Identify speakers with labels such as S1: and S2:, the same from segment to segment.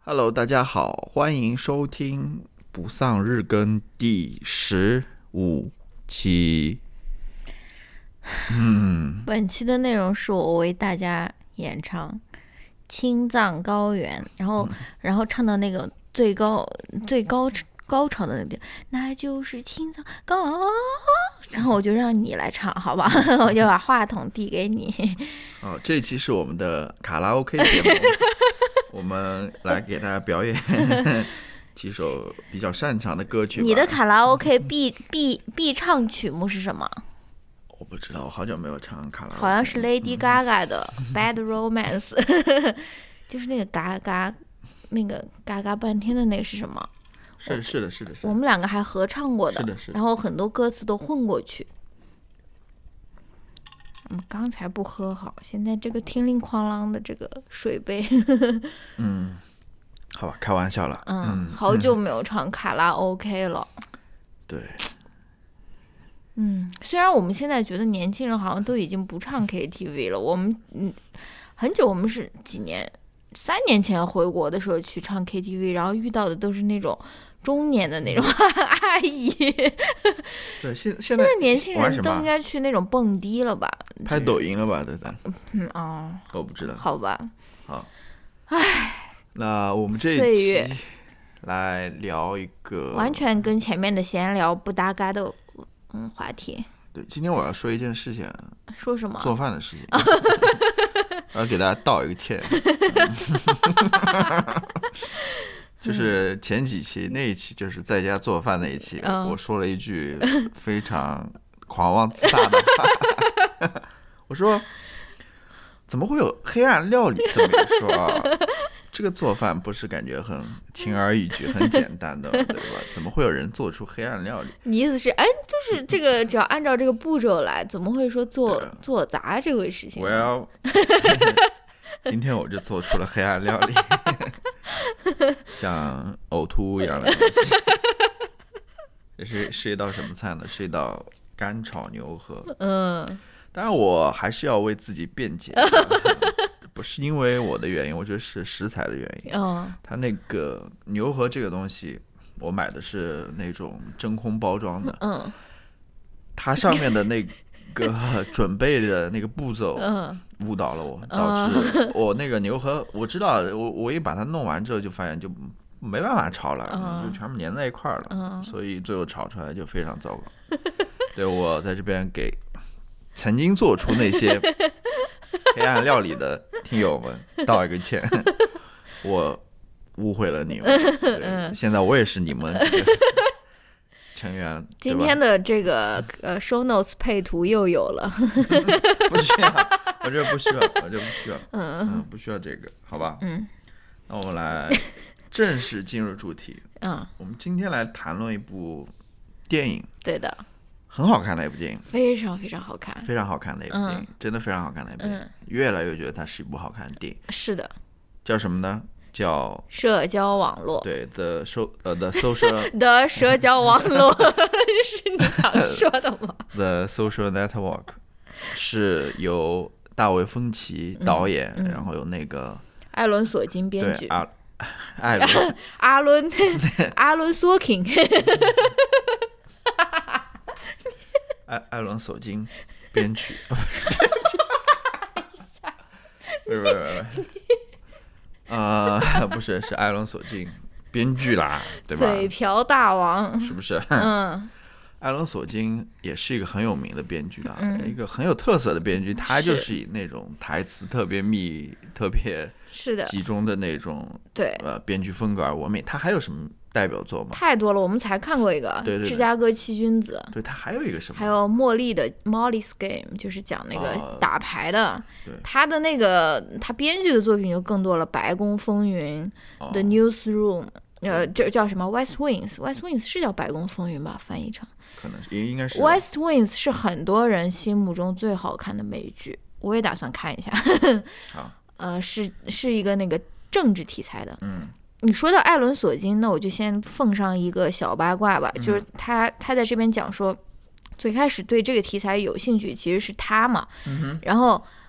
S1: Hello， 大家好，欢迎收听不丧日更第15期。
S2: 本期的内容是我为大家演唱《青藏高原》，然后唱到那个最高潮的那个，那就是青藏高。然后我就让你来唱，好吧？我就把话筒递给你。
S1: 这一期是我们的卡拉 OK 节目，我们来给大家表演几首比较擅长的歌曲吧。
S2: 你的卡拉 OK 必唱曲目是什么？
S1: 我不知道，我好久没有唱卡拉 OK，
S2: 好像是 Lady Gaga 的Bad Romance， 就是那个嘎嘎半天的那个是什么？
S1: 是的，
S2: 我们两个还合唱过的，
S1: 是的，
S2: 然后很多歌词都混过去。我们刚才不喝好，现在这个叮铃哐啷的这个水杯。
S1: 好吧，开玩笑了。
S2: 好久没有唱卡拉 OK 了。
S1: 对。
S2: 虽然我们现在觉得年轻人好像都已经不唱 KTV 了，我们很久，我们是几年，3年前回国的时候去唱 KTV， 然后遇到的都是那种中年的那种阿姨。
S1: 对，现
S2: 在年轻人都应该去那种蹦迪了吧？
S1: 拍抖音了吧？对的。我不知道。
S2: 好吧。
S1: 好。那我们这一期来聊一个
S2: 完全跟前面的闲聊不搭嘎的话题。
S1: 对，今天我要说一件事情。
S2: 说什么？
S1: 做饭的事情。我要给大家道一个歉。就是前几期那一期，就是在家做饭那一期，我说了一句非常狂妄自大的话。我说怎么会有黑暗料理这么一说啊？这个做饭不是感觉很轻而易举很简单的，对吧？怎么会有人做出黑暗料理？
S2: 你意思是就是这个只要按照这个步骤来，怎么会说做砸这回事情？
S1: 今天我就做出了黑暗料理。像呕吐一样的东西。这是一道什么菜呢？是一道干炒牛河。当然我还是要为自己辩解。不是因为我的原因，我觉得是食材的原因。它那个牛河这个东西，我买的是那种真空包装的。它上面的那个准备的那个步骤误导了我，导致我那个牛河，我知道我一把它弄完之后就发现就没办法炒了，就全部粘在一块了。所以最后炒出来就非常糟糕。对，我在这边给曾经做出那些黑暗料理的听友们道一个歉。我误会了你们。对，现在我也是你们成员。
S2: 今天的这个show notes 配图又有了。
S1: 不需要，我这不需要，不需要这个，好吧？那我们来正式进入主题。我们今天来谈论一部电影。对的。很好看的一部电影，
S2: 非常非常好看，
S1: 非常好看的一部电影，真的非常好看的一部电影。越来越觉得它是一部好看的电影。是的。叫什么呢？叫
S2: 社交网络。
S1: 对，the social
S2: 的社交网络。是你想说的吗
S1: ？The Social Network 是由大卫芬奇导演，然后有那个
S2: 艾伦索金编剧。
S1: 阿伦
S2: 索金。
S1: 艾伦索金编剧。不是艾伦索金编剧啦，对吧？
S2: 嘴瓢大王
S1: 是不是？艾伦索金也是一个很有名的编剧啦，一个很有特色的编剧。他就是以那种台词特别密、特别集中的那种编剧风格而闻名。他还有什么代表作吗？
S2: 太多了，我们才看过一个芝加哥七君子。
S1: 对，他还有一个什么？
S2: 还有茉莉的 Molly's Game， 就是讲那个打牌的。他的那个他编剧的作品就更多了，白宫风云、The Newsroom， 这叫什么 West Wing，West Wing 是叫白宫风云吧？翻译成
S1: 可能应该是。
S2: West Wing 是很多人心目中最好看的美剧，我也打算看一下。是一个那个政治题材的。你说到艾伦索金，那我就先奉上一个小八卦吧，就是他在这边讲说，最开始对这个题材有兴趣其实是他嘛。然后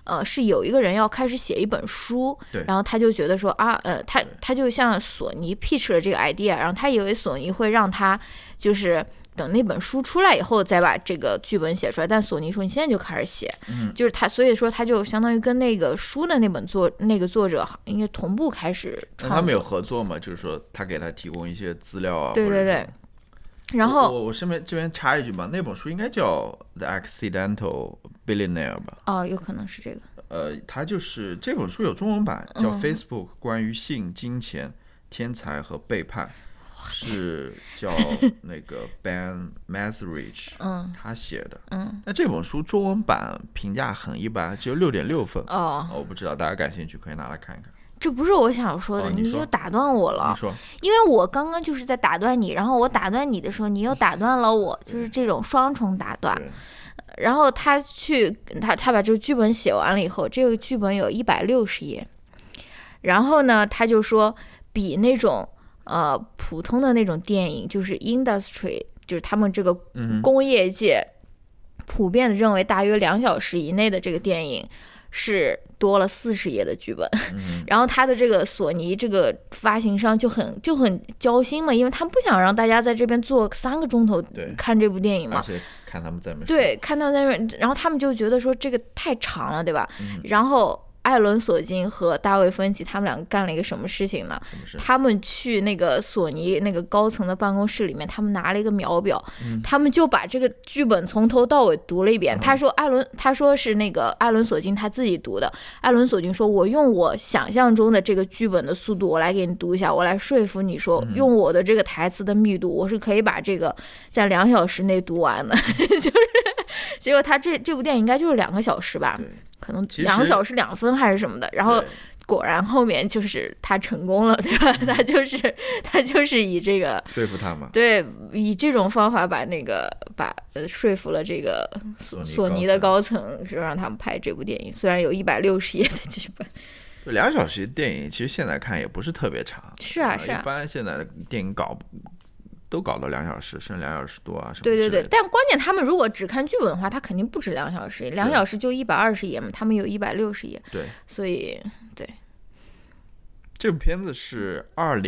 S2: 是有一个人要开始写一本书，然后他就觉得说他就向索尼 pitch 了这个 idea， 然后他以为索尼会让他就是等那本书出来以后再把这个剧本写出来，但索尼说你现在就开始写，就是他，所以说他就相当于跟那个书的那个作者应该同步开始创作。
S1: 那他们有合作吗？就是说他给他提供一些资料啊？
S2: 对对对。然后
S1: 我这边插一句吧，那本书应该叫 The Accidental Billionaire 吧？
S2: 哦，有可能是这个。
S1: 它就是这本书有中文版，叫 Facebook 关于性、金钱、天才和背叛。是叫那个 Ben Matheridge 他写的。那这本书中文版评价很一般，只有6.6分。我不知道大家感兴趣可以拿来看一看。
S2: 这不是我想说的，你又打断我了。
S1: 你说，
S2: 因为我刚刚就是在打断你，然后我打断你的时候，你又打断了我，就是这种双重打断。然后他把这个剧本写完了以后，这个剧本有160页，然后呢，他就说比那种普通的那种电影，就是 industry， 就是他们这个工业界普遍的认为大约2小时以内的这个电影是多了40页的剧本。然后他的这个索尼这个发行商就很焦心嘛，因为他们不想让大家在这边坐3个钟头看这部电影嘛，
S1: 而且看他们在那边
S2: 对，看到在那边，然后他们就觉得说这个太长了，对吧？然后艾伦·索金和大卫·芬奇他们两个干了一个什么事情呢？他们去那个索尼那个高层的办公室里面，他们拿了一个秒表，他们就把这个剧本从头到尾读了一遍。他说是那个艾伦·索金他自己读的。艾伦·索金说：“我用我想象中的这个剧本的速度，我来给你读一下，我来说服你说，用我的这个台词的密度，我是可以把这个在2小时内读完的。”就是结果他这部电影应该就是2个小时吧。可能2个小时2分还是什么的，然后果然后面就是他成功了，对吧？他就是以这个
S1: 说服他嘛，
S2: 对，以这种方法把说服了这个索尼的高层，说让他们拍这部电影。虽然有160页的剧本
S1: ，2小时的电影其实现在看也不是特别长。
S2: 是啊，
S1: 一般现在的电影都搞到2小时，甚至2小时多啊什么。
S2: 对，但关键他们如果只看剧本的话，他肯定不止2小时，2小时就120页嘛，他们有160页。
S1: 对，
S2: 所以对。
S1: 这部片子是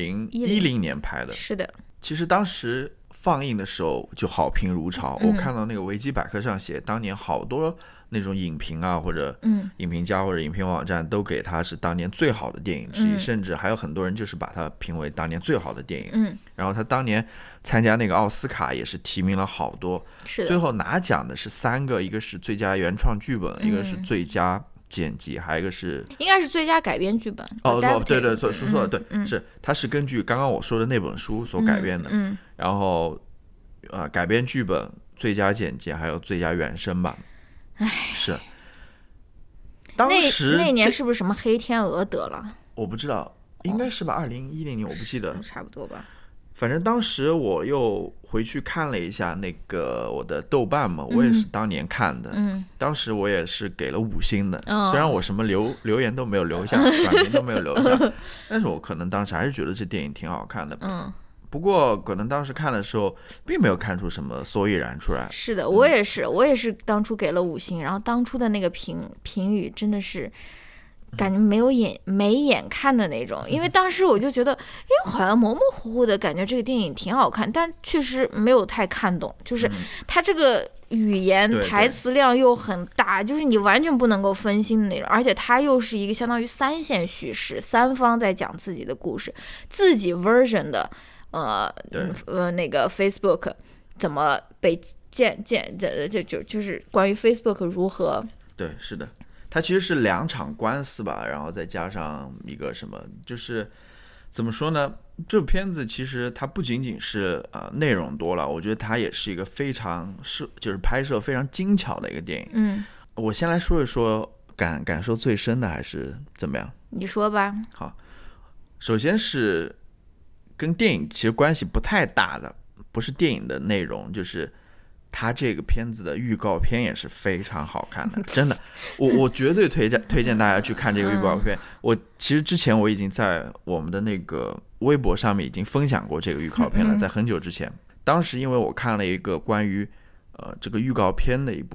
S1: 2010年拍的。
S2: 是的。
S1: 其实当时放映的时候就好评如潮，我看到那个维基百科上写，当年好多那种影评啊，或者影评家或者影评网站都给它是当年最好的电影之一，甚至还有很多人就是把它评为当年最好的电影。然后他当年参加那个奥斯卡也是提名了好多，最后拿奖的是3个，一个是最佳原创剧本，一个是最佳剪辑，还有一个是
S2: 应该是最佳改编剧本。
S1: 对，说错了，对，是它是根据刚刚我说的那本书所改编的。然后改编剧本、最佳剪辑还有最佳原声吧。是。当时
S2: 那年是不是什么黑天鹅得了？
S1: 我不知道，应该是吧，2010年我不记得，
S2: 差不多吧。
S1: 反正当时我又回去看了一下那个我的豆瓣嘛，我也是当年看的。当时我也是给了5星的，虽然我什么留言都没有留下，短评都没有留下，但是我可能当时还是觉得这电影挺好看的。不过可能当时看的时候并没有看出什么所以然出来。
S2: 是的，我也是当初给了5星，然后当初的那个评语真的是感觉没眼看的那种，因为当时我就觉得，好像模模糊糊的感觉这个电影挺好看，但确实没有太看懂，就是它这个语言台词量又很大，就是你完全不能够分心的那种，而且它又是一个相当于3线叙事，3方在讲自己的故事，自己 version 的那个 Facebook 怎么被就是关于 Facebook 如何。
S1: 对，是的。它其实是2场官司吧，然后再加上一个什么，就是怎么说呢？这部片子其实它不仅仅是内容多了，我觉得它也是一个非常就是拍摄非常精巧的一个电影。我先来说一说感受最深的还是怎么样？
S2: 你说吧。
S1: 好，首先是跟电影其实关系不太大的，不是电影的内容，就是他这个片子的预告片也是非常好看的，真的，我绝对推荐大家去看这个预告片。我其实之前我已经在我们的那个微博上面已经分享过这个预告片了，在很久之前。当时因为我看了一个关于这个预告片的一部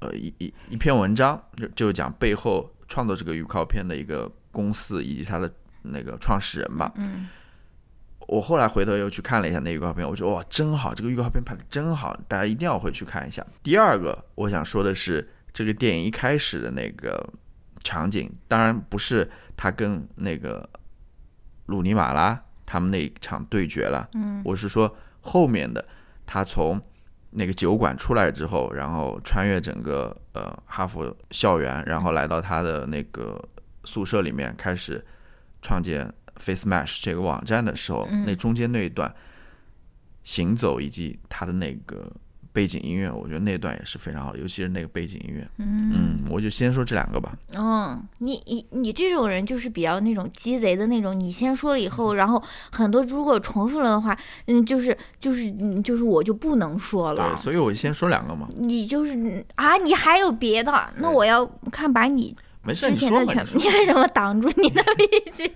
S1: 一篇文章，就讲背后创作这个预告片的一个公司以及他的那个创始人吧。我后来回头又去看了一下那预告片，我觉得哇，真好，这个预告片拍的真好，大家一定要回去看一下。第二个我想说的是，这个电影一开始的那个场景，当然不是他跟那个鲁尼马拉他们那一场对决了，我是说后面的他从那个酒馆出来之后，然后穿越整个哈佛校园，然后来到他的那个宿舍里面，开始创建 FaceMash 这个网站的时候，那中间那一段行走以及他的那个背景音乐，我觉得那段也是非常好的，尤其是那个背景音乐。我就先说这两个吧。
S2: 你这种人就是比较那种鸡贼的那种，你先说了以后，然后很多如果重复了的话，就是我就不能说了。
S1: 对，所以我先说两个嘛。
S2: 你就是啊，你还有别的？那我要看把你之前的全部，你为什么挡住你的笔记？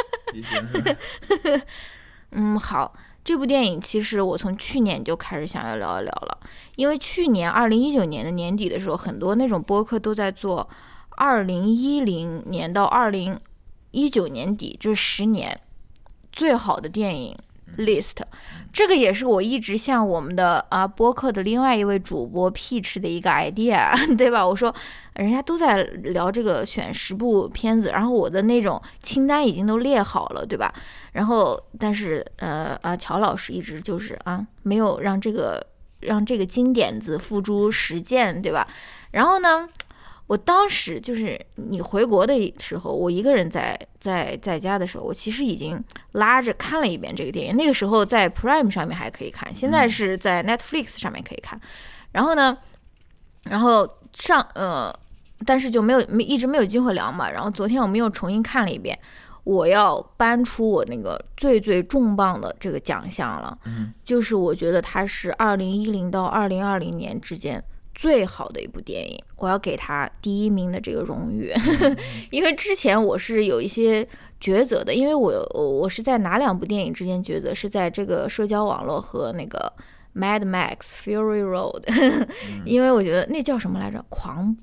S2: 好。这部电影其实我从去年就开始想要聊一聊了，因为去年2019年的年底的时候，很多那种播客都在做2010年到2019年底这10年最好的电影 list， 这个也是我一直向我们的播客的另外一位主播 Peach 的一个 idea， 对吧？我说人家都在聊这个选10部片子，然后我的那种清单已经都列好了，对吧？然后但是乔老师一直就是没有让这个金点子付诸实践，对吧？然后呢，我当时就是你回国的时候，我一个人在家的时候，我其实已经拉着看了一遍这个电影。那个时候在 Prime 上面还可以看，现在是在 Netflix 上面可以看。然后呢，但是就一直没有机会聊嘛。然后昨天我们又重新看了一遍，我要搬出我那个最最重磅的这个奖项了，就是我觉得它是2010到2020年之间最好的一部电影，我要给他第1名的这个荣誉。因为之前我是有一些抉择的，因为我是在哪2部电影之间抉择，是在这个社交网络和那个 Mad Max Fury Road。因为我觉得那叫什么来着，狂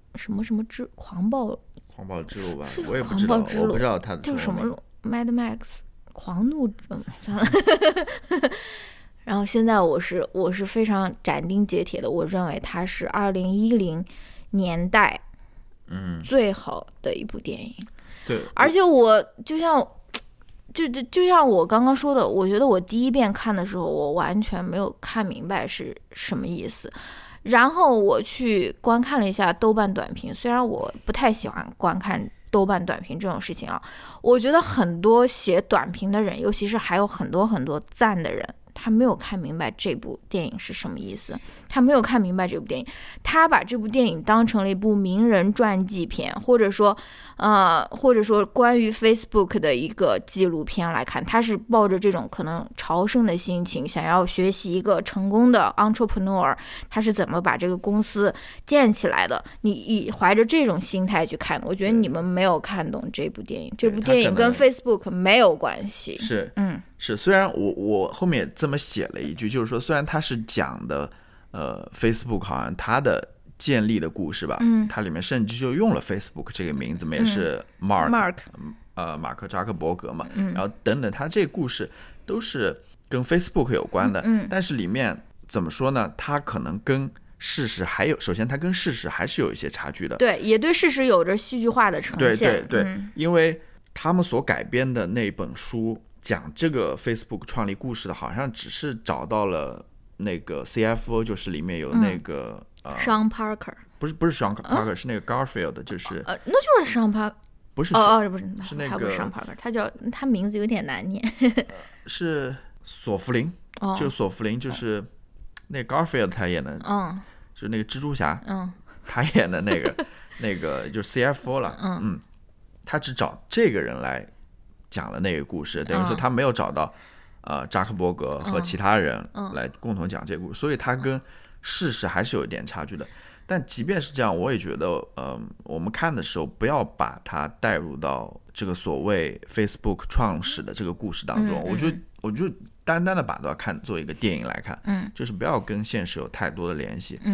S2: 暴之路吧，我也不知道，我不知道它叫什么路 ，Mad Max 狂怒算了。然后现在我是非常斩钉截铁的，我认为它是2010年代最好的一部电影。
S1: 对，
S2: 而且我就像我刚刚说的，我觉得我第一遍看的时候，我完全没有看明白是什么意思。然后我去观看了一下豆瓣短评，虽然我不太喜欢观看豆瓣短评这种事情我觉得很多写短评的人，尤其是还有很多很多赞的人，他没有看明白这部电影是什么意思，他没有看明白这部电影，他把这部电影当成了一部名人传记片，或者说关于 Facebook 的一个纪录片来看，他是抱着这种可能朝圣的心情，想要学习一个成功的 entrepreneur 他是怎么把这个公司建起来的，你怀着这种心态去看的。我觉得你们没有看懂这部电影，这部电影跟 Facebook 没有关系。
S1: 是，虽然我后面也这么写了一句，就是说虽然它是讲的Facebook 好像它的建立的故事吧，它里面甚至就用了 Facebook 这个名字嘛，也是马克扎克伯格嘛，然后等等，它这个故事都是跟 Facebook 有关的，但是里面怎么说呢？它可能跟事实首先它跟事实还是有一些差距的，
S2: 对，也对事实有着戏剧化的呈现，
S1: 对，因为他们所改编的那本书讲这个 Facebook 创立故事的，好像只是找到了那个 CFO， 就是里面有那个
S2: Sean Parker，
S1: 不是 Sean Parker，是那个 Garfield， 就是
S2: 那就是 Sean Parker，
S1: 不是
S2: 不是，
S1: 是那个
S2: 他不是 Sean Parker， 他名字有点难念，
S1: 是索弗林，就是索弗林，就是那个 Garfield 他演的，就是那个蜘蛛侠，他演的那个就是 CFO 了，他只找这个人来讲了那个故事，等于说他没有找到扎克伯格和其他人来共同讲这个故事，所以他跟事实还是有一点差距的。但即便是这样，我也觉得我们看的时候不要把它带入到这个所谓 Facebook 创始的这个故事当中，我就单单的把它看作一个电影来看，就是不要跟现实有太多的联系。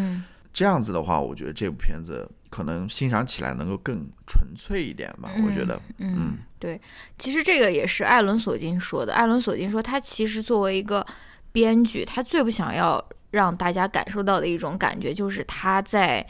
S1: 这样子的话，我觉得这部片子可能欣赏起来能够更纯粹一点吧。我觉得，
S2: 对，其实这个也是艾伦·索金说的。艾伦·索金说，他其实作为一个编剧，他最不想要让大家感受到的一种感觉，就是他在，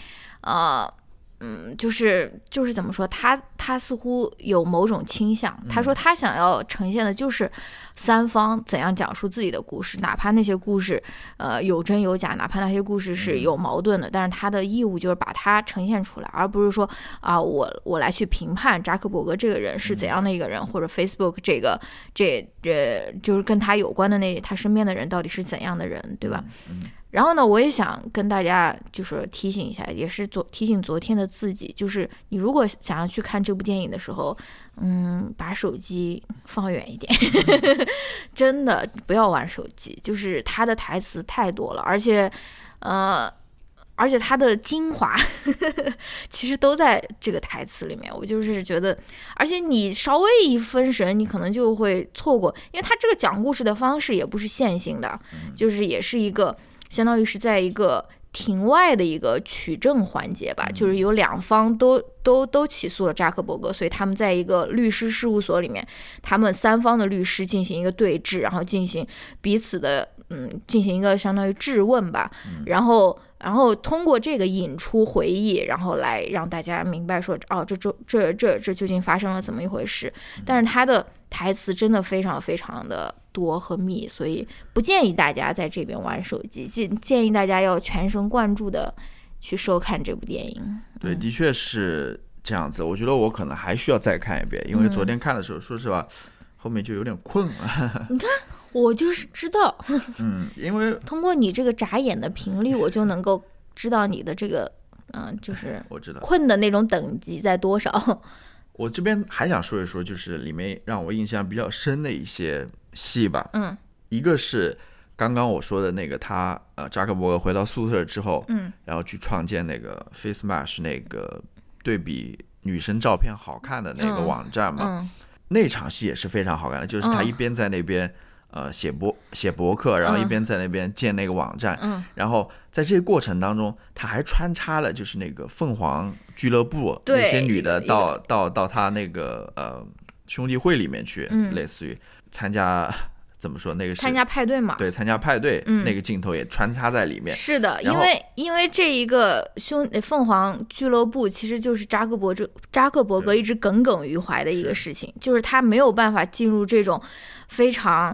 S2: 就是怎么说，他似乎有某种倾向。他说他想要呈现的就是三方怎样讲述自己的故事，哪怕那些故事有真有假，哪怕那些故事是有矛盾的，但是他的义务就是把它呈现出来，而不是说我来去评判扎克伯格这个人是怎样的一个人，或者 Facebook 这就是跟他有关的他身边的人到底是怎样的人，对吧？然后呢，我也想跟大家就是提醒一下，也是提醒昨天的自己，就是你如果想要去看这部电影的时候，把手机放远一点，真的不要玩手机。就是他的台词太多了，而且他的精华其实都在这个台词里面。我就是觉得，而且你稍微一分神，你可能就会错过，因为他这个讲故事的方式也不是线性的，就是也是一个相当于是在一个庭外的一个取证环节吧，就是有两方都起诉了扎克伯格，所以他们在一个律师事务所里面，他们三方的律师进行一个对峙，然后进行彼此的进行一个相当于质问吧，然后通过这个引出回忆，然后来让大家明白说，这究竟发生了怎么一回事。但是他的台词真的非常非常的多和密，所以不建议大家在这边玩手机，建议大家要全神贯注的去收看这部电影。
S1: 对，的确是这样子。我觉得我可能还需要再看一遍，因为昨天看的时候，说实话，后面就有点困了。
S2: 你看，我就是知道，
S1: 因为
S2: 通过你这个眨眼的频率，我就能够知道你的这个，就是
S1: 我知道
S2: 困的那种等级在多少。
S1: 我这边还想说一说，就是里面让我印象比较深的一些戏吧。一个是刚刚我说的那个扎克伯格回到宿舍之后，然后去创建那个 FaceMatch 那个对比女生照片好看的那个网站嘛，那场戏也是非常好看的，就是他一边在那边写博客，然后一边在那边建那个网站，然后在这个过程当中，他还穿插了就是那个凤凰俱乐部那些女的到他那个兄弟会里面去，类似于参加。怎么说？那个是
S2: 参加派对嘛？
S1: 对，参加派对，那个镜头也穿插在里面。
S2: 是的，因为这一个凤凰俱乐部其实就是扎克伯格一直耿耿于怀的一个事情，就是他没有办法进入这种非常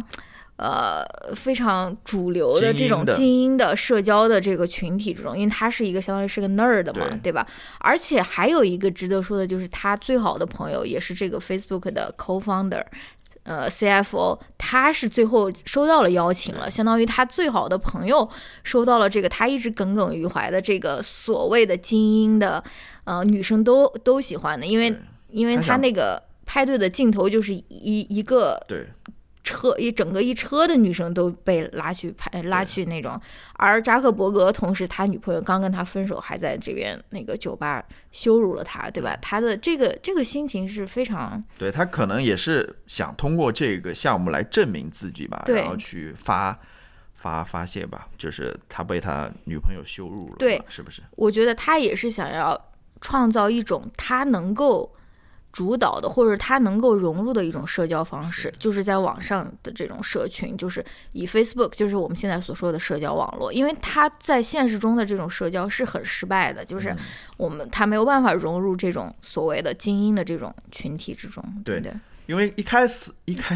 S2: 主流的这种精英的社交的这个群体之中，因为他是一个相当于是个 nerd 嘛，对吧？而且还有一个值得说的就是他最好的朋友也是这个 Facebook 的 co-founder。CFO 他是最后收到了邀请了，相当于他最好的朋友收到了这个他一直耿耿于怀的这个所谓的精英的女生都喜欢的，因为他那个派对的镜头就是一个车整个一车的女生都被拉去那种，而扎克伯格同时他女朋友刚跟他分手，还在这边那个酒吧羞辱了他，对吧？他的这个心情是非常，
S1: 对，他可能也是想通过这个项目来证明自己吧，然后去发泄吧，就是他被他女朋友羞辱了，
S2: 对，
S1: 是不是？
S2: 我觉得他也是想要创造一种他能够主导的，或者他能够融入的一种社交方式，就是在网上的这种社群，就是以 Facebook 就是我们现在所说的社交网络，因为他在现实中的这种社交是很失败的，就是他没有办法融入这种所谓的精英的这种群体之中。对，
S1: 因为一开始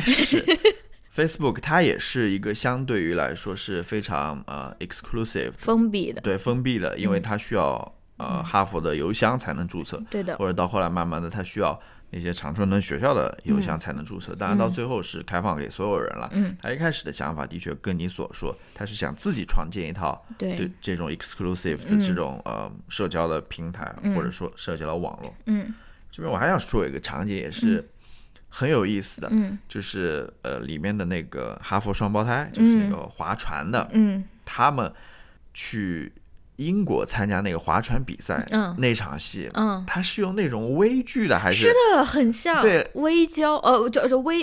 S1: Facebook 它也是一个相对于来说是非常exclusive
S2: 封闭的，
S1: 对，封闭的，因为它需要哈佛的邮箱才能注册，
S2: 对的，
S1: 或者到后来慢慢的他需要那些常春藤学校的邮箱才能注册，当然到最后是开放给所有人了。他一开始的想法的确跟你所说，他是想自己创建一套对这种 exclusive 的这种社交的平台，或者说社交的网络。这边我还想说一个场景也是很有意思的，就是里面的那个哈佛双胞胎，就是那个划船的，他们去英国参加那个划船比赛，那场戏，他是用那种微距的，还是
S2: 的，很像
S1: 对
S2: 微焦，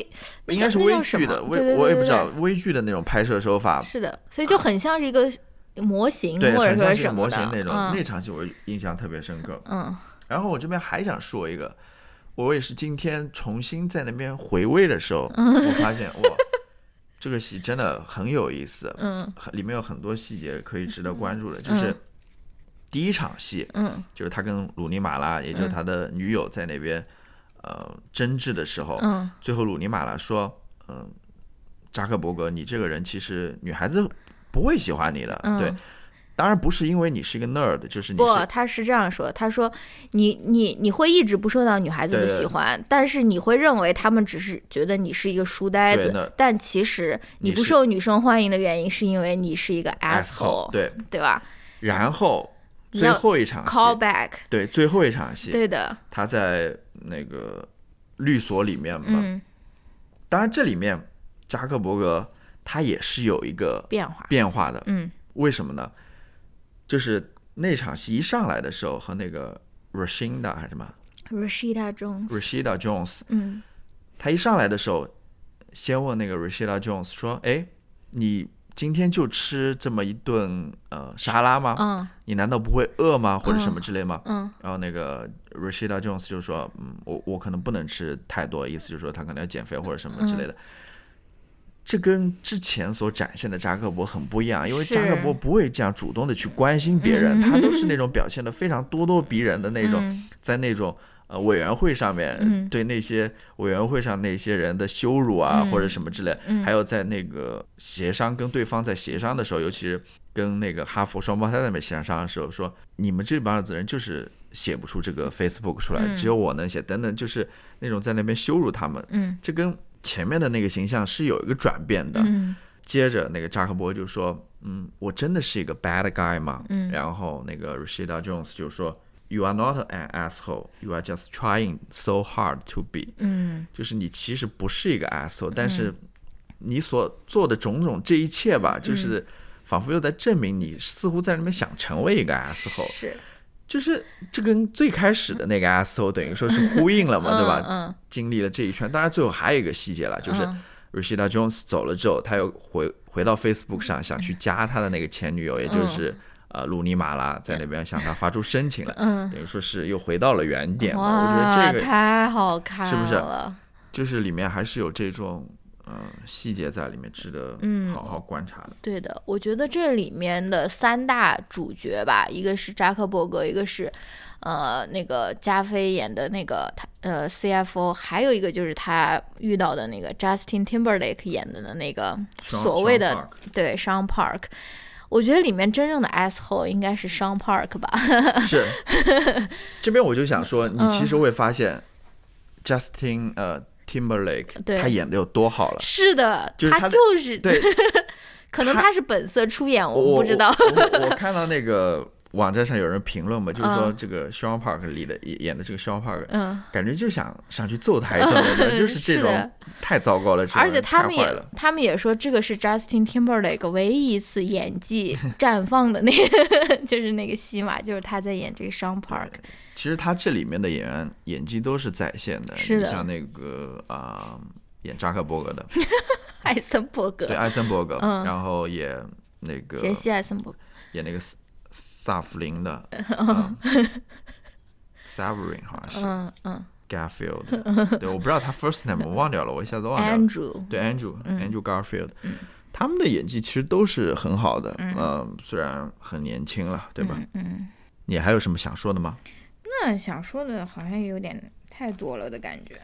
S1: 应该是微距的，我也不知道微距的那种拍摄手法，
S2: 是的，所以就很像是一个模型
S1: 对，
S2: 或者
S1: 很像是
S2: 说什么的
S1: 模型那种，
S2: 嗯
S1: 那场戏我印象特别深刻。
S2: 嗯
S1: 然后我这边还想说一个，我也是今天重新在那边回味的时候，我发现哇，这个戏真的很有意思，里面有很多细节可以值得关注的。就是第一场戏，就是他跟鲁尼马拉，也就是他的女友在那边争执的时候，最后鲁尼马拉说，扎克伯格，你这个人其实女孩子不会喜欢你的，对。当然不是因为你是一个 nerd， 就是你是
S2: 不，他是这样说，他说你会一直不受到女孩子的喜欢，但是你会认为他们只是觉得你是一个书呆子，但其实你不受女生欢迎的原因是因为你是一个 asshole， 对吧？
S1: 然后最后一场戏
S2: call back，
S1: 对，最后一场戏，
S2: 对的，
S1: 他在那个律所里面嘛，当然这里面扎克伯格他也是有一个变化的，为什么呢？就是那场戏一上来的时候，和那个 Rashida 还是什么
S2: Rashida
S1: Jones， 他一上来的时候，先问那个 Rashida Jones 说：“哎，你今天就吃这么一顿沙拉吗？你难道不会饿吗？或者什么之类吗？”然后那个 Rashida Jones 就说：“我可能不能吃太多，意思就是说他可能要减肥或者什么之类的。”这跟之前所展现的扎克伯很不一样，因为扎克伯不会这样主动的去关心别人，他都是那种表现的非常咄咄逼人的那种，在那种委员会上面对那些委员会上那些人的羞辱啊，或者什么之类，还有在那个协商跟对方在协商的时候，尤其是跟那个哈佛双胞胎在那边协商的时候，说你们这帮子人就是写不出这个 Facebook 出来，只有我能写，等等，就是那种在那边羞辱他们，这跟前面的那个形象是有一个转变的。接着那个扎克伯就说我真的是一个 bad guy 吗？然后那个 Rashida Jones 就说 You are not an asshole, you are just trying so hard to be。就是你其实不是一个 asshole，但是你所做的种种这一切吧，就是仿佛又在证明你似乎在那边想成为一个 asshole。
S2: 是。
S1: 就是这跟最开始的那个 asshole 等于说是呼应了嘛，对吧？经历了这一圈，当然最后还有一个细节了，就是 Rashida Jones 走了之后，他又回到 Facebook 上想去加他的那个前女友，也就是鲁尼马拉，在那边向他发出申请了，等于说是又回到了原点嘛。我觉得这个
S2: 太好看了，
S1: 是不是？就是里面还是有这种细节在里面，值得好好观察的。
S2: 对的，我觉得这里面的三大主角吧，一个是扎克伯格，一个是那个加菲演的那个CFO， 还有一个就是他遇到的那个 Justin Timberlake 演的那个所谓的对 Sean Park。我觉得里面真正的 asshole 应该是 Sean Park 吧。
S1: 是，这边我就想说，你其实会发现Justin Timberlake 他演的有多好了。
S2: 是的，
S1: 就是他
S2: 就是
S1: 对，
S2: 可能他是本色出演，我不知道。
S1: 我看到那个网站上有人评论嘛，就是说这个 Sean Park 里的演的这个 Sean Park，感觉就想上去揍他一顿，就是这种太糟糕了，
S2: 而且他们也说这个是 Justin Timberlake 唯一一次演技绽放的那个就是那个戏码，就是他在演这个 Sean Park。
S1: 其实他这里面的演员演技都是在线的，
S2: 是的，
S1: 你像那个演扎克伯格的
S2: 艾森伯格，
S1: 对，艾森伯格，然后演那个
S2: 杰西·艾森伯格，
S1: 演那个萨弗林的Saverin 好像是Garfield， 对，我不知道他 first name 我忘掉了，我一下子忘掉了。
S2: Andrew，
S1: 对 Andrew Garfield，他们的演技其实都是很好的，虽然很年轻了，对吧？你还有什么想说的吗？
S2: 那想说的好像有点太多了的感觉。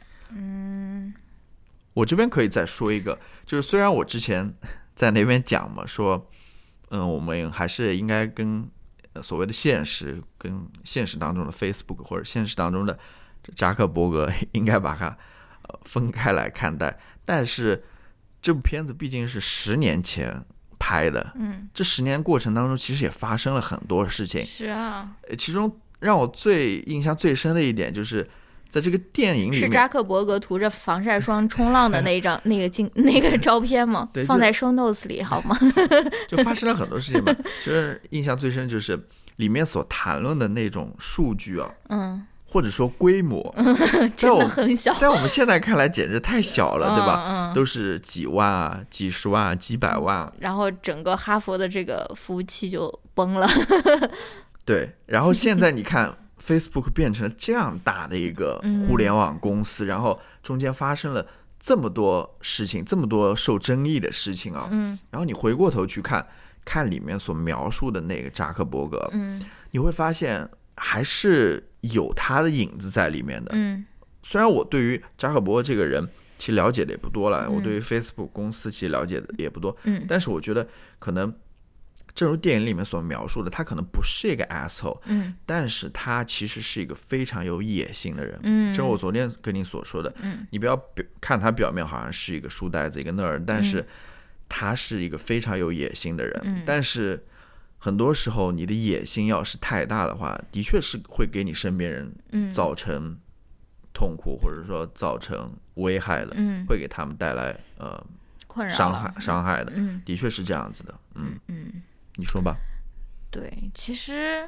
S1: 我这边可以再说一个，就是虽然我之前在那边讲嘛，说我们还是应该跟所谓的现实跟现实当中的 Facebook 或者现实当中的扎克伯格应该把它分开来看待，但是这部片子毕竟是10年前拍的，这10年过程当中其实也发生了很多事情。
S2: 是啊，
S1: 其中让我印象最深的一点就是在这个电影里面
S2: 是扎克伯格涂着防晒霜冲浪的那一张那个照片吗？放在 show notes 里好吗？
S1: 就发生了很多事情嘛。其实印象最深就是里面所谈论的那种数据啊， 或者说规模，
S2: 真的很小，
S1: 在我们现在看来简直太小了，对吧？都是几万啊、几十万啊、几百万，
S2: 然后整个哈佛的这个服务器就崩了。
S1: 对，然后现在你看Facebook 变成了这样大的一个互联网公司，然后中间发生了这么多事情，这么多受争议的事情啊，然后你回过头去看里面所描述的那个扎克伯格，你会发现还是有他的影子在里面的。虽然我对于扎克伯格这个人其实了解的也不多了，我对于 Facebook 公司其实了解的也不多，但是我觉得可能正如电影里面所描述的，他可能不是一个 asshole，但是他其实是一个非常有野心的人。正如我昨天跟你所说的，你不要看他表面好像是一个书呆子一个 nerd，但是他是一个非常有野心的人。但是很多时候你的野心要是太大的话，的确是会给你身边人造成痛苦，或者说造成危害的，会给他们带来
S2: 困扰
S1: 伤害的，的确是这样子的。你说吧。
S2: 对，其实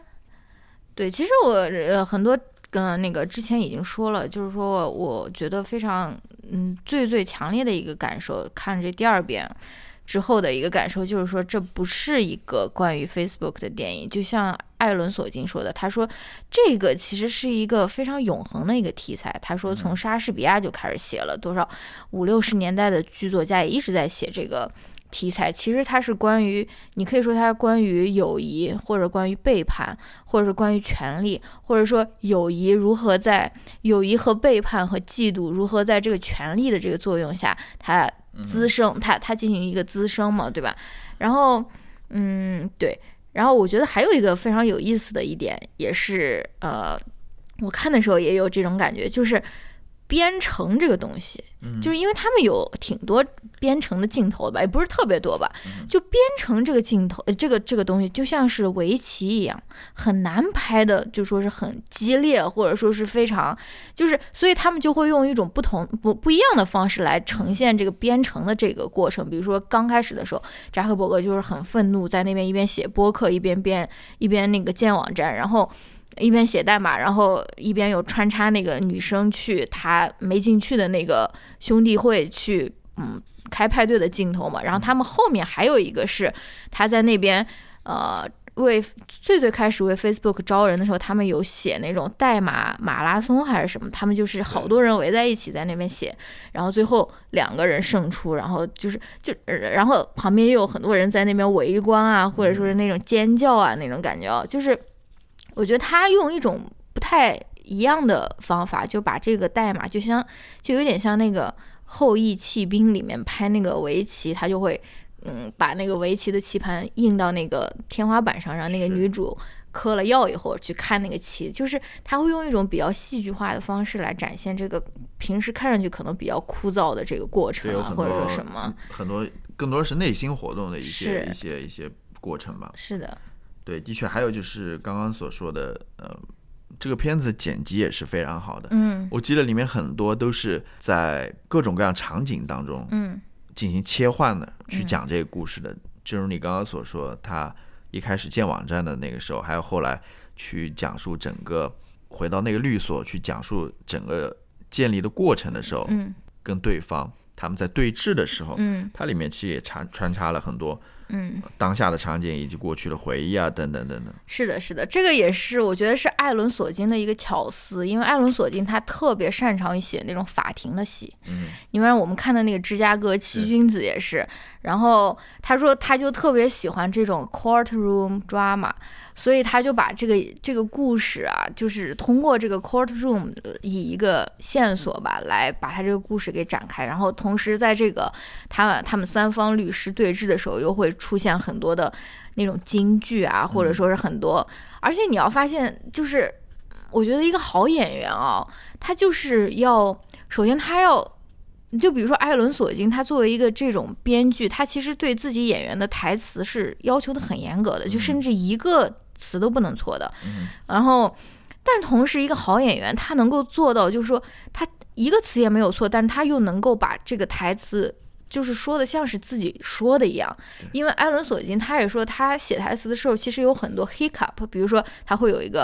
S2: 我很多那个之前已经说了，就是说我觉得非常最强烈的一个感受，看这第二遍之后的一个感受，就是说这不是一个关于 Facebook 的电影。就像艾伦·索金说的，他说这个其实是一个非常永恒的一个题材。他说从莎士比亚就开始写了，多少50、60年代的剧作家也一直在写这个题材。其实它是关于，你可以说它关于友谊，或者关于背叛，或者是关于权力，或者说友谊和背叛和嫉妒如何在这个权力的这个作用下它滋生，它进行一个滋生嘛，对吧？然后对，然后我觉得还有一个非常有意思的一点，也是我看的时候也有这种感觉，就是编程这个东西，就是因为他们有挺多编程的镜头吧，也不是特别多吧，就编程这个镜头，这个东西就像是围棋一样，很难拍的，就说是很激烈，或者说是非常，就是所以他们就会用一种不一样的方式来呈现这个编程的这个过程。比如说刚开始的时候，扎克伯格就是很愤怒，在那边一边写播客一边那个建网站，然后一边写代码，然后一边有穿插那个女生去他没进去的那个兄弟会去开派对的镜头嘛。然后他们后面还有一个是他在那边为最开始为 Facebook 招人的时候，他们有写那种代码马拉松还是什么，他们就是好多人围在一起在那边写，然后最后2个人胜出，然后然后旁边也有很多人在那边围观啊，或者说是那种尖叫啊那种感觉。就是我觉得他用一种不太一样的方法，就把这个代码就有点像那个后羿弃兵里面拍那个围棋，他就会把那个围棋的棋盘印到那个天花板上，让那个女主嗑了药以后去看那个棋，就是他会用一种比较戏剧化的方式来展现这个平时看上去可能比较枯燥的这个过程啊，或者说什么
S1: 很多更多是内心活动的一些过程吧。
S2: 是的，
S1: 对，的确，还有就是刚刚所说的，这个片子剪辑也是非常好的。我记得里面很多都是在各种各样场景当中，进行切换的，去讲这个故事的。正如你刚刚所说，他一开始建网站的那个时候，还有后来去讲述整个回到那个律所去讲述整个建立的过程的时候，跟对方他们在对峙的时候，它里面其实也穿插了很多当下的场景以及过去的回忆啊，等等等等。
S2: 是的，是的，这个也是我觉得是艾伦·索金的一个巧思，因为艾伦·索金他特别擅长于写那种法庭的戏。因为我们看的那个芝加哥七君子也是，然后他说他就特别喜欢这种 courtroom drama， 所以他就把这个故事啊，就是通过这个 courtroom 以一个线索吧，来把他这个故事给展开，然后同时在这个他们3方律师对峙的时候，又会出现很多的那种金句啊，或者说是很多，而且你要发现，就是我觉得一个好演员啊，他就是首先他要。就比如说艾伦·索金，他作为一个这种编剧，他其实对自己演员的台词是要求的很严格的，就甚至一个词都不能错的。然后，但同时一个好演员，他能够做到，就是说他一个词也没有错，但他又能够把这个台词就是说的像是自己说的一样。因为艾伦·索金他也说，他写台词的时候其实有很多 hiccup， 比如说他会有一个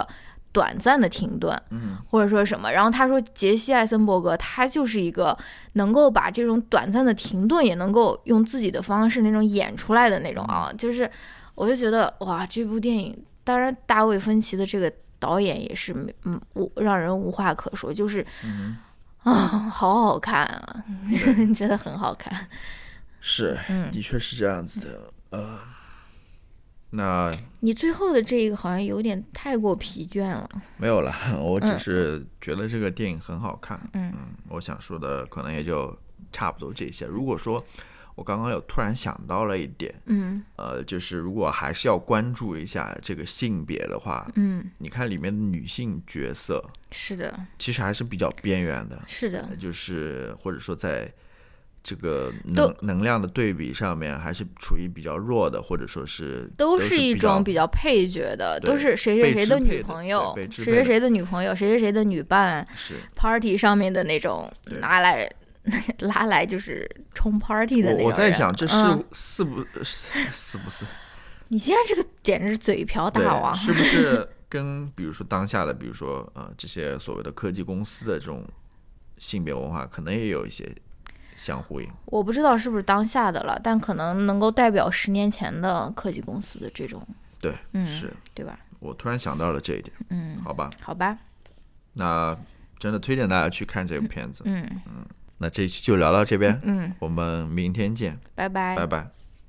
S2: 短暂的停顿，或者说什么。然后他说杰西·艾森伯格他就是一个能够把这种短暂的停顿也能够用自己的方式那种演出来的那种啊，就是我就觉得哇，这部电影，当然大卫·芬奇的这个导演也是让人无话可说，就是好好看啊，觉得很好看。
S1: 是，的确是这样子的。那
S2: 你最后的这个好像有点太过疲倦了。
S1: 没有了，我只是觉得这个电影很好看。我想说的可能也就差不多这些。如果说我刚刚有突然想到了一点，就是如果还是要关注一下这个性别的话，你看里面的女性角色，
S2: 是的，
S1: 其实还是比较边缘的，
S2: 是的，
S1: 就是或者说在这个能量的对比上面还是处于比较弱的，或者说都
S2: 是一种比较配角的，都是谁谁谁的女朋友，谁谁谁的女朋友，谁谁谁的女伴，
S1: 是
S2: party 上面的那种拉来就是冲 party 的那种人。
S1: 我在想这是不是？
S2: 你现在这个简直是嘴瓢大王，
S1: 是不是跟比如说当下的，比如说这些所谓的科技公司的这种性别文化，可能也有一些相呼应。我
S2: 不知道是不是当下的了，但可能能够代表10年前的科技公司的这种。
S1: 对，是，
S2: 对吧？
S1: 我突然想到了这一点。好吧。那真的推荐大家去看这部片子。那这一期就聊到这边。我们明天见。
S2: 拜拜。
S1: 拜拜。